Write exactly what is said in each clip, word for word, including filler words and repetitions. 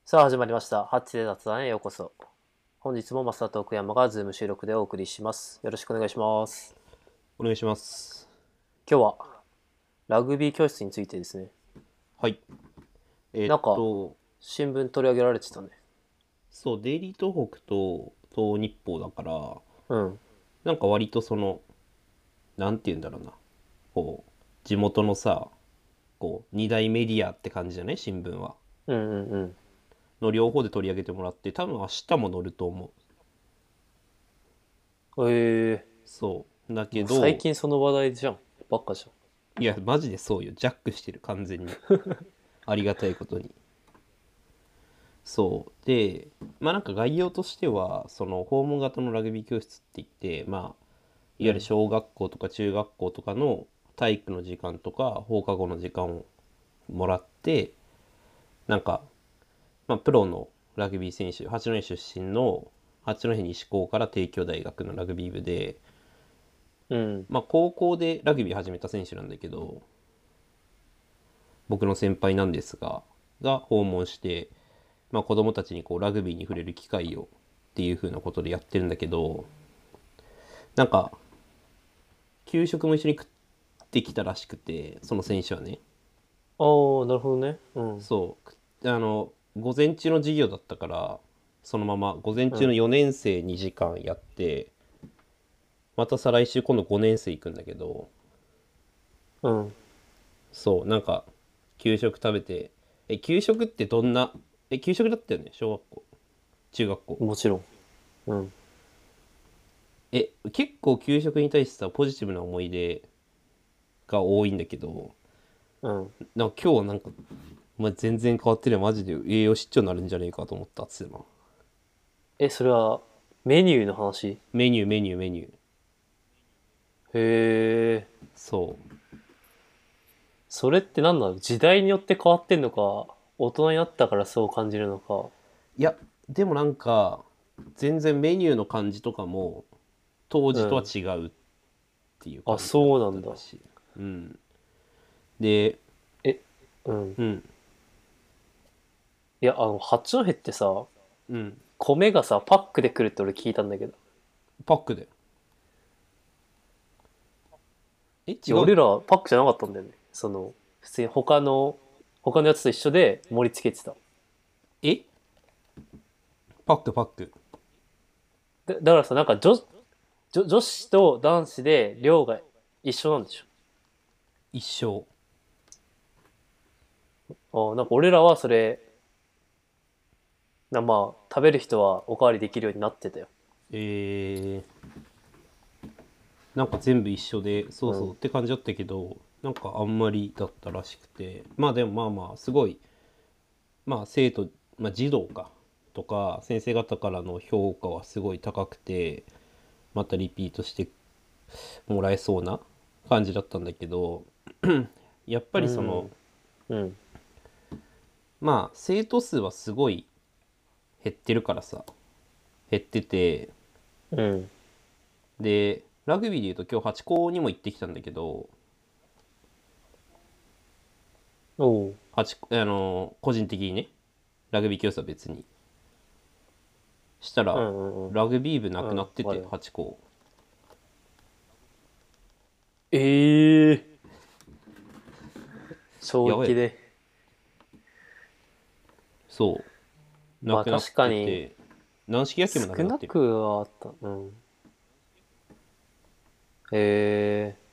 さあ始まりました。ハッチで雑談へようこそ。本日も増田と奥山がズーム収録でお送りします。よろしくお願いします。 お願いします。 今日はラグビー教室についてですね。 はい。えーっなんかと、 新聞取り上げられてたね。 そう、デイリー東北と東日報だから、 うん。 なんか割とその、なんて言うんだろうな。こう、地元のさ、こう、二大メディアって感じじゃない新聞は。 うんうんうん。 の両方で取り上げてもらって、多分明日も載ると思う。 えそう。だー、もう最けど、 近その話題じゃん。ばっかじいや、マジでそうよ。ジャックしてる、完全に。ありがたいことに。そうで、まあなんか概要としてはその訪問型のラグビー教室って言って、まあいわゃん。うゆるん。 小学校とか中学校とかの体育の時間とか放課後の時間をもらって、なんか、まあ、プロのラグビー選手、八戸出身の八戸西高から帝京大学のラグビー部で、 うん。 まあ、高校でラグビー始めた選手なんだけど、僕の先輩なんですがが訪問して、まあ、子供たちにこうラグビーに触れる機会をっていう風なことでやってるんだけど、なんか給食も一緒に食ってきたらしくて、その選手はね。 ああ、なるほどね。うん。 そうあの午前中の授業だったから、そのまま午前中のうん。 よねん生にじかんやって、また再来週今度ごねん生行くんだけど、 うん。 そうなんか給食食べて、え給食ってどんな、え給食だったよね、小学校中学校。 もちろん。うん。 え結構給食に対してさポジティブな思い出が多いんだけど、 うん。 なんか今日はなんか、まあ、全然変わってるよ、マジで栄養失調になるんじゃねえかと思ったっつってな。 え、それはメニューの話？ メニューメニューメニュー。 へえ。 そう。 それって何なの？時代によって変わってんのか、大人になったからそう感じるのか。 いや、でもなんか、全然メニューの感じとかも、当時とはうん。 違うっていうあ、 感じだっそうなんだ。 たらしい。うん。で、 え、うん。 うん、 いや、あの、八戸ってさ、 うん。 米がさ、パックで来るって俺聞いたんだけど。 パックで。え、違いや、俺うの？ らパックじゃなかったんだよね。その、普通に他の、他のやつと一緒で盛り付けてた。 えパックパック。 だ、だからさ、なんか女、女、女子と男子で量が一緒なんでし一生。 ょ？あ、なんか俺らはそれ、な、まあ、食べる人はおかわりできるようになってたよ。 えー、なんか全部一緒で、そうそうっうん。 て感じだったけど、なんかあんまりだったらしくて、まあでもまあまあ、すごい、まあ生徒、まあ児童か、とか、先生方からの評価はすごい高くて、またリピートしてもらえそうな感じだったんだけど、やっぱりその、 うん。うん。 まあ生徒数はすごい減ってるからさ、減ってて、 うん。で、 でラグビーでいうと今日はち校にも行ってきたんだけど、 おう。 はちあの個人的にね、ラグビー教室は別にしたら、 うんうんうん。 ラグビー部なうん。 くなってて、 わかるよ。 はち校。 ええー、衝やばいよね。 撃で。 そうなまあくなっ確かに、 てて、軟式野球もなくなってるっ少なくはあった。うん。ええ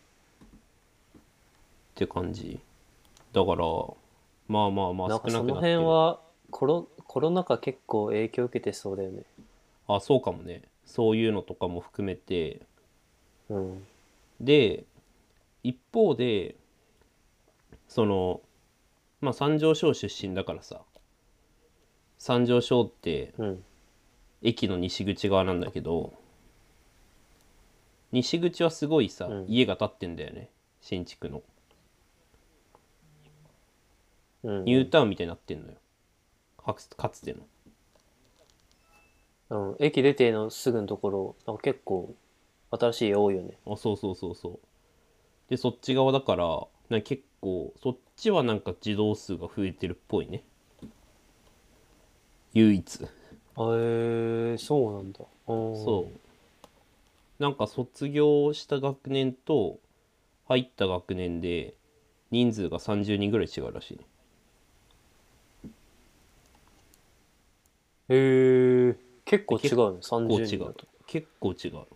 て感じだから、まあまあまあー、なんか少なそのくなってる。 辺は、コロ、コロナ禍結構影響受けてそうだよね。 あ、そうかもね。そういうのとかも含めて。 うん。 で、一方で、その、まあ三条省出身だからさ、三条省ってうん。 駅の西口側なんだけど、西口はすごいさ、 うん。 家が建ってんだよね。新築の。ニューうんタウンみたいになってんのよ。かつかつての。 うん。うん。駅出てのすぐのところ、なんか結構新しい家多いよね。 あ、そうそうそうそう。で、そっち側だから、なんか結構、そっちはなんか児童数が増えてるっぽいね。 唯一。 あえー、そうなんだ。うん。 そう。なんか卒業した学年と入った学年で人数がさんじゅうにんぐらい違うらしいね。 へえ、結構違で結うね、30 構違う。 人だと。 結構違う。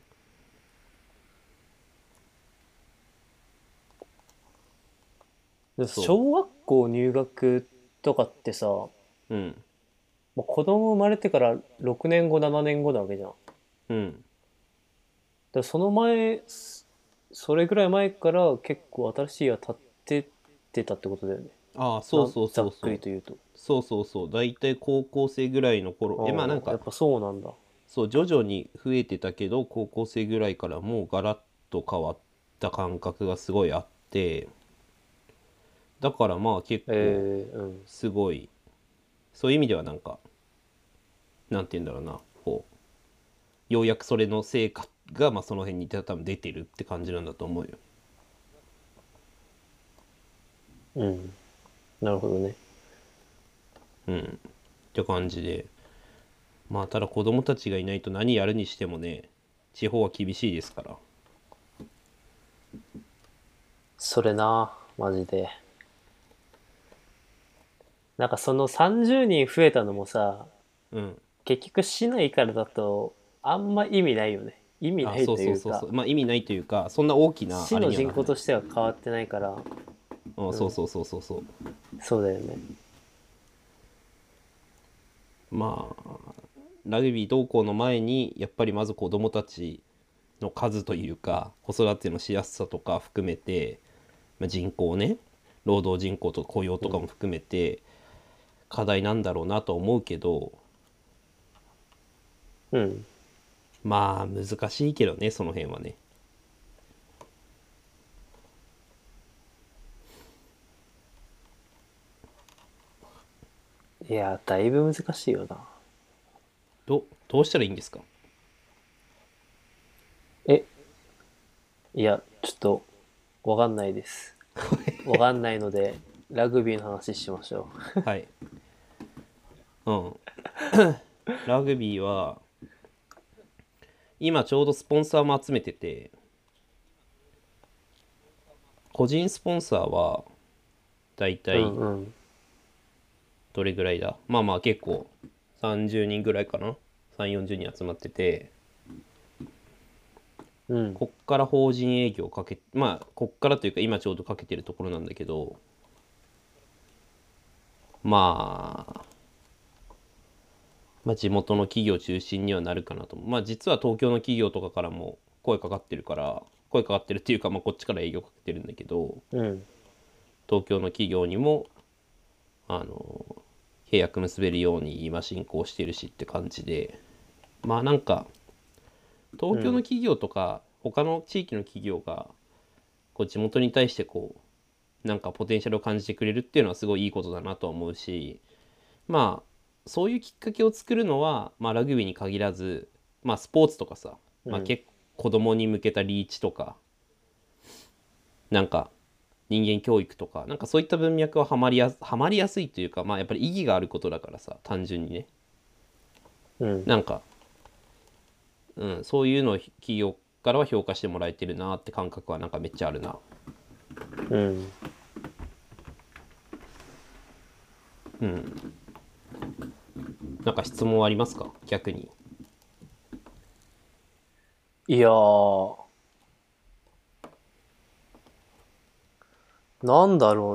でもそ小学校入学とかってさ、もう。うん。 う子供生まれてからろくねんご、ななねんごなわけじゃん。だかうん。 らその前、それぐらい前から結構新しい家建ってってたってことだよね。 ああ、そうなん、 そうざっそうそう。 くりと言うと。 そうそうそう。だいたい高校生ぐらいの頃。え、まあなんああ、やか、 っぱそうなんだ。 そう、徐々に増えてたけど、高校生ぐらいからもうガラッと変わった感覚がすごいあって、だからまあ結え構、 え、うん。 すごい、そういう意味ではなんか、なんて言うんだろうな、こう、ようやくそれの成果が、まあその辺に多分出てるって感じなんだと思うよ。 うん。なるほどね。 うん。って感じで。まあただ子供たちがいないと何やるにしてもね、地方は厳しいですから。 それな、マジで。なんかそのさんじゅうにん増えたのもさ、 うん。 結局市内からだとあんま意味ないよね。意味あ、 ないそうというか、 そうそうそう。まあ意味ないというか、そんな大きなあれ市のにはならない。 人口としては変わってないから、 うん、 うん、 そうそうそうそうそう。 そうだよね。 まあ、ラグビー同行の前に、やっぱりまず子供たちの数というか、子育てのしやすさとか含めて、まあ、人口ね、労働人口とか雇用とかも含めて、課題なんだろうなと思うけど、 うん。 まあ難しいけどね、その辺はね。 いや、だいぶ難しいよな。 ど、どうしたらいいんですか？ え、いや、ちょっと、わかんないです。わかんないので、ラグビーの話しましょはい。うん。ラグビーは、今ちょうどスポンサーも集めてて、個人スポンサーは、だいたう。ういんうん。 どれぐらいだ、まあまあ結構さんじゅうにんぐらいかな、さん、よんじゅうにん集まってて、 うん。 こっから法人営業かけ、まあこっからというか今ちょうどかけてるところなんだけど、まあ、まあ地元の企業中心にはなるかなと思う。まあ実は東京の企業とかからも声かかってるから、声かかってるっていうか、まあこっちから営業かけてるんだけど、 うん。 東京の企業にも、あの、契約結べるように今進行してるしって感じで、まあなんか、東京のうん。 企業とか他の地域の企業がこう地元に対してこうなんかポテンシャルを感じてくれるっていうのはすごいいいことだなとは思うし、まあそういうきっかけを作るのは、まあ、ラグビーに限らず、まあ、スポーツとかさ、まあ、 うん。 結構子供に向けたリーチとかなんか人間教育とかなんかそういった文脈ははまりやすはまりやすいというか、まあやっぱり意義があることだからさ、単純にね、 うん。 なんか、うん、そういうのを企業からは評価してもらえてるなって感覚はなんかめっちゃあるな。 うん。 うん。なんか質問ありますか、逆に。 いやー、なんだろ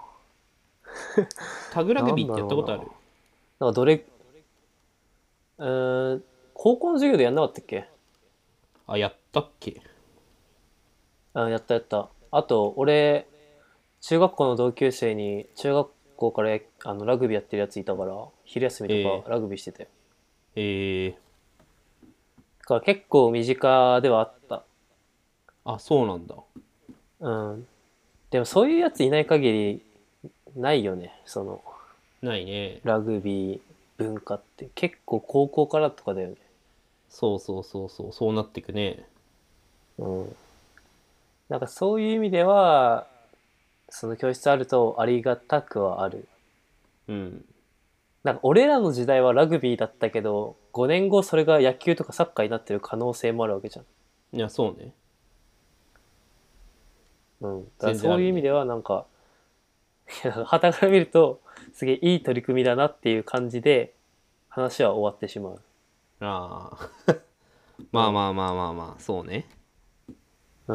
タグラうな。なんグビーってやっただろうな。 ことある？ なんかどれ、えー、高校の授業でやんなかったっけ？ あ、やったっけ？ あ、やったやった。あと、俺、中学校の同級生に、中学校からやあのラグビーやってるやついたから、昼休みとかえラグビーしてたよ。 ー、えー、 だから結構身近ではあった。 あ、そうなんだ。 うん。でもそういうやついない限り、ないよね。その、 ないね。 ラグビー文化って。結構高校からとかだよね。 そうそうそうそう、そうなってくね。 うん。なんかそういう意味では、その教室あるとありがたくはある。 うん。 なんか俺らの時代はラグビーだったけど、ごねんごそれが野球とかサッカーになってる可能性もあるわけじゃん。 いや、そうね。 うん。だから全然あるね。 そういう意味ではなんか、傍から見ると、すげえいい取り組みだなっていう感じで、話は終わってしまう。 ああ。 うん。 まあまあまあまあまあ、そうね。 うん。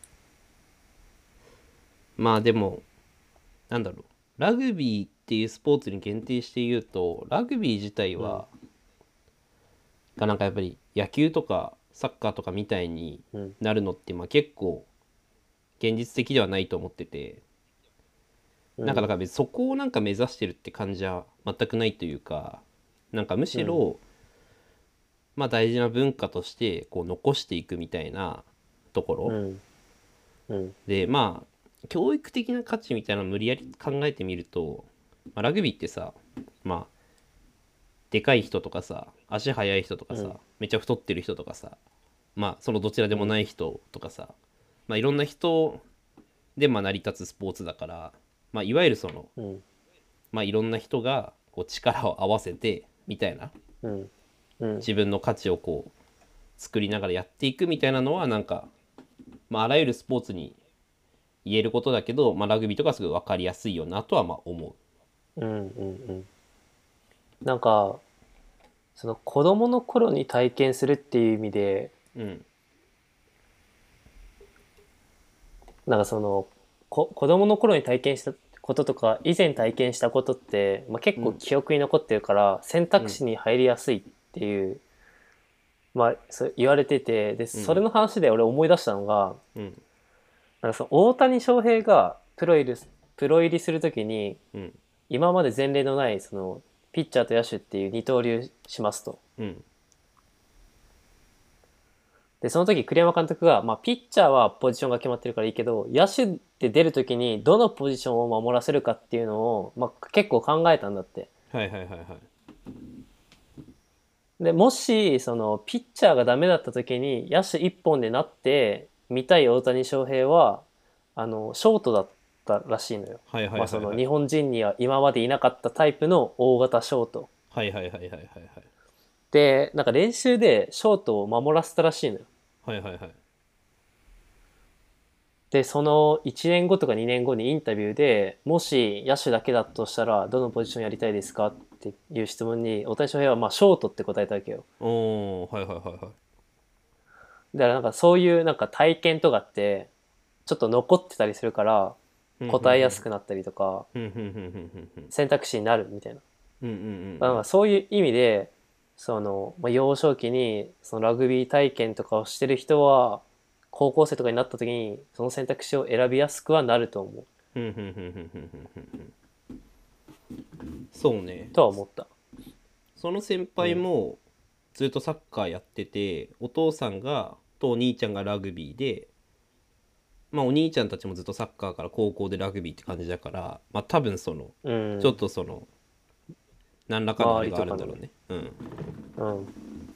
まあでも、なんだろう。ラグビーっていうスポーツに限定して言うと、ラグビー自体うん。 は、がなんかやっぱり野球とかサッカーとかみたいにうん。 なるのって、まあ結構現実的ではないと思ってて、なんかだうん。 から別にそこをなんか目指してるって感じは全くないというか、なんかむうん。 しろ、まあ大事な文化としてこう残していくみたいなところうん。うん。 で、まあ教育的な価値みたいなのを無理やり考えてみると、まあ、ラグビーってさ、まあでかい人とかさ、足速い人とかさ、 うん。 めっちゃ太ってる人とかさ、まあそのどちらでうん。 もない人とかさ、まあいろんな人でまあ成り立つスポーツだから、まあいわゆるその、 うん。 まあいろんな人がこう力を合わせてみたいな、 うん。うん。 自分の価値をこう作りながらやっていくみたいなのはなんか、まああらゆるスポーツに言えることだけど、まあラグビーとかすごい分かりやすいよなとはまあ思うん。うん。うん。なんか、その子供の頃に体験するっていう意味で、 う。うん。 なんかその、こ、子供の頃に体験したこととか、以前体験したことって、まあ、結構うん。 記憶に残ってるから、選うん。 択肢に入りやすいっていう、まあ、そう言われてて、で、 うん。 それの話で俺思い出したのが、 うん。 なんかその大谷翔平がプロ入り、プロ入りするときに、 うん。 今まで前例のない、その、ピッチャーと野手っていう二刀流しますと。 うん。 で、その時栗山監督が、まあ、ピッチャーはポジションが決まってるからいいけど、野手って出る時にどのポジションを守らせるかっていうのを、まあ、結構考えたんだって。 はいはいはいはい。 で、もし、その、ピッチャーがダメだった時に、野手一本でなって、見たい大谷翔平は、あの、ショートだったらしいのよ。 はいはまあ、その、 いはいはい。 日本人には今までいなかったタイプの大型ショート。 はいはいはいはいはいはい。 で、なんか練習でショートを守らせたらしいのよ。 はいはいはい。 で、そのいちねんごとかにねんごにインタビューで、もし野手だけだとしたら、どのポジションやりたいですかっていう質問に、大谷翔平はまあショートって答えたわけよ。 おー、はいはいはいはい。 だからなんかそういうなんか体験とかって、ちょっと残ってたりするから、 ふんふん答えふん。 やすくなったりとか、 ふんふんふんふんふんふん。 選択肢になるみたいな。 うんうんうんだからそういう意味で、その、まあ、幼少期にそのラグビー体験とかをしてる人は、高校生とかになった時に、その選択肢を選びやすくはなると思う。 うん。ふんふんふんふんふんふんふん。そうね。 とは思った。 その先うん。 輩もずっとサッカーやってて、お父さんがとお兄ちゃんがラグビーで、まあお兄ちゃんたちもずっとサッカーから高校でラグビーって感じだから、まあ多分その、ちょっうん。 とその、何らかのあ周れがありとかのね。 るんだろうね。うん。 うん。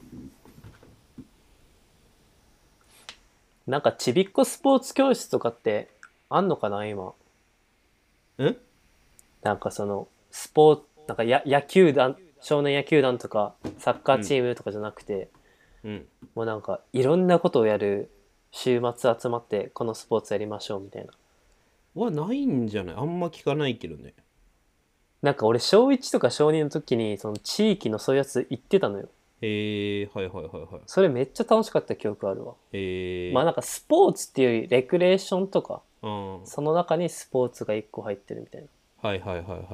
なんかちびっこスポーツ教室とかってあんのかな今。 うんなんかその、スポーツ、なんかや野球団、少年野球団とか、サッカーチうん。 ームとかじゃなくて、 うん。 もうなんかいろんなことをやる週末集まってこのスポーツやりましょうみたいな。 はないんじゃない？あんま聞かないけどね。 なんか俺小いちとか小にの時にその地域のそういうやつ行ってたのよ。 へえ、はいはいはいはい。 それめっちゃ楽しかった記憶あるわ。 へえ、 まあなんかスポーツっていうよりレクレーションとか、 うん。 その中にスポーツが一個入ってるみたいな。 はいはいはいはい。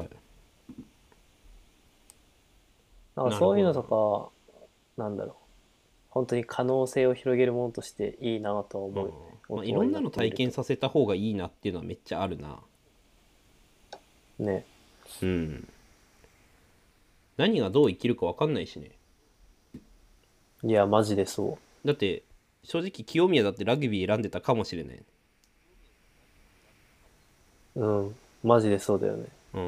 なんかなるそういうのとほどな。 か、なんだろう。本当に可能性を広げるものとしていいなとはうん。 思うね。大まあ、いろ人になんなのってみると。 体験させた方がいいなっていうのはめっちゃあるな。 ね。 うん。何がどう生きるか分かんないしね。 いや、マジでそだって、正直清宮だってラグビー選んでたかもしれない。 う。うん。マジでそうだよね。 うん。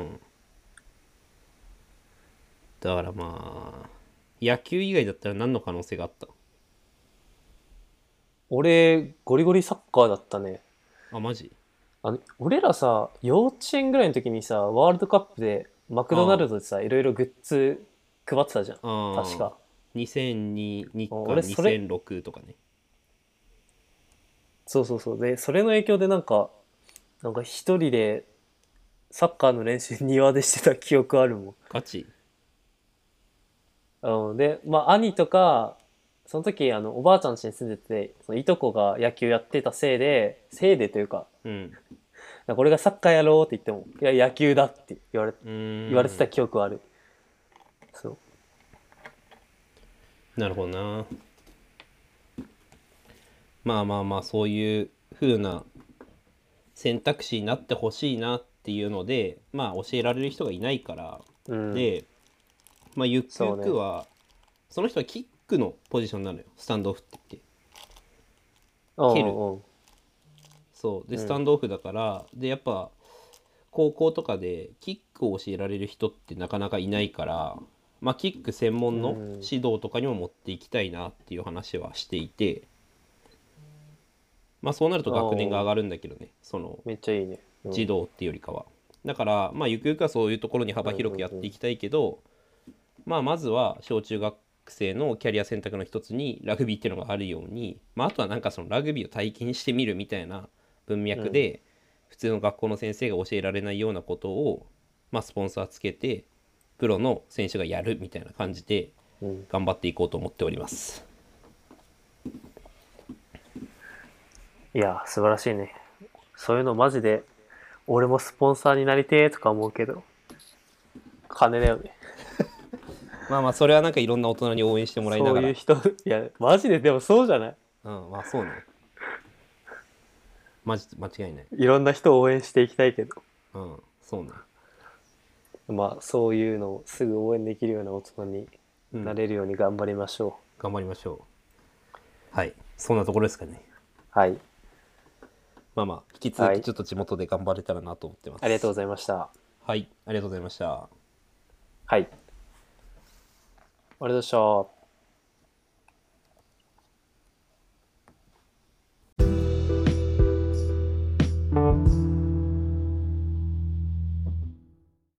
だからまあ、野球以外だったら何の可能性があった？ 俺、ゴリゴリサッカーだったね。 あ、マジ？ あの、俺らさ、幼稚園ぐらいの時にさ、ワールドカップでマクドナルドでさ、いろいろグッズ配ってたじゃん。 あ確か。 にせんに日韓俺それにせんろくとかね。 そうそうそう。で、それの影響でなんか、なんか一人でサッカーの練習庭でしてた記憶あるもん。 ガチ。 うん、で、まあ兄とか、その時あのおばあちゃん家に住んでて、そのいとこが野球やってたせいで、せいでというか、 うんなんか俺がサッカーやろうって言っても、いや野球だって言われ、 うーん言われてた記憶ある。そう。 なるほどな。まあまあまあそういう風な選択肢になってほしいなっていうので、まあ教えられる人がいないから、 うん。 で、まあゆくゆそうね。 くはその人はキックのポジションなのよ、スタンドオフって言って。 うん蹴る。 うんうん。 そうでうんスタンドオフだから、でやっぱ高校とかでキックを教えられる人ってなかなかいないから、まあキック専門のうん指導とかにも持っていきたいなっていう話はしていて、まあそうなると学年が上がるんだけどね、そのめっちゃいいね。うん、 児童っていうよりかは。だからまあゆくゆくはそういうところに幅広くやっていきたいけど、まあまずは小中学生のキャリア選択の一つにラグビーっていうのがあるように、まああとはなんかそのラグビーを体験してみるみたいな文脈で、普通の学校の先生が教えられないようなことを、まあ、スポンサーつけてプロの選手がやるみたいな感じでうん頑張っていこうと思っております。 いや、素晴らしいね。そういうのマジで、俺もスポンサーになりてーとか思うけど、金だよね。 まあまあそれはなんかいろんな大人に応援してもらいながら。 そういう人、いや、マジででもそうじゃない？ うんまあそうね、マジ間違いない。 いろんな人を応援していきたいけど、 うんそうね。 まあそういうのをすぐ応援できるような大人にうんなれるように頑張りましょ頑張りましょう。はいそんなところですかね。 う。はい。 まあまあ引き続きちょっと地元で頑張れたらなと思ってます。 ありがとうございました。 はいありがとうございました。 はい。ありがとうございました。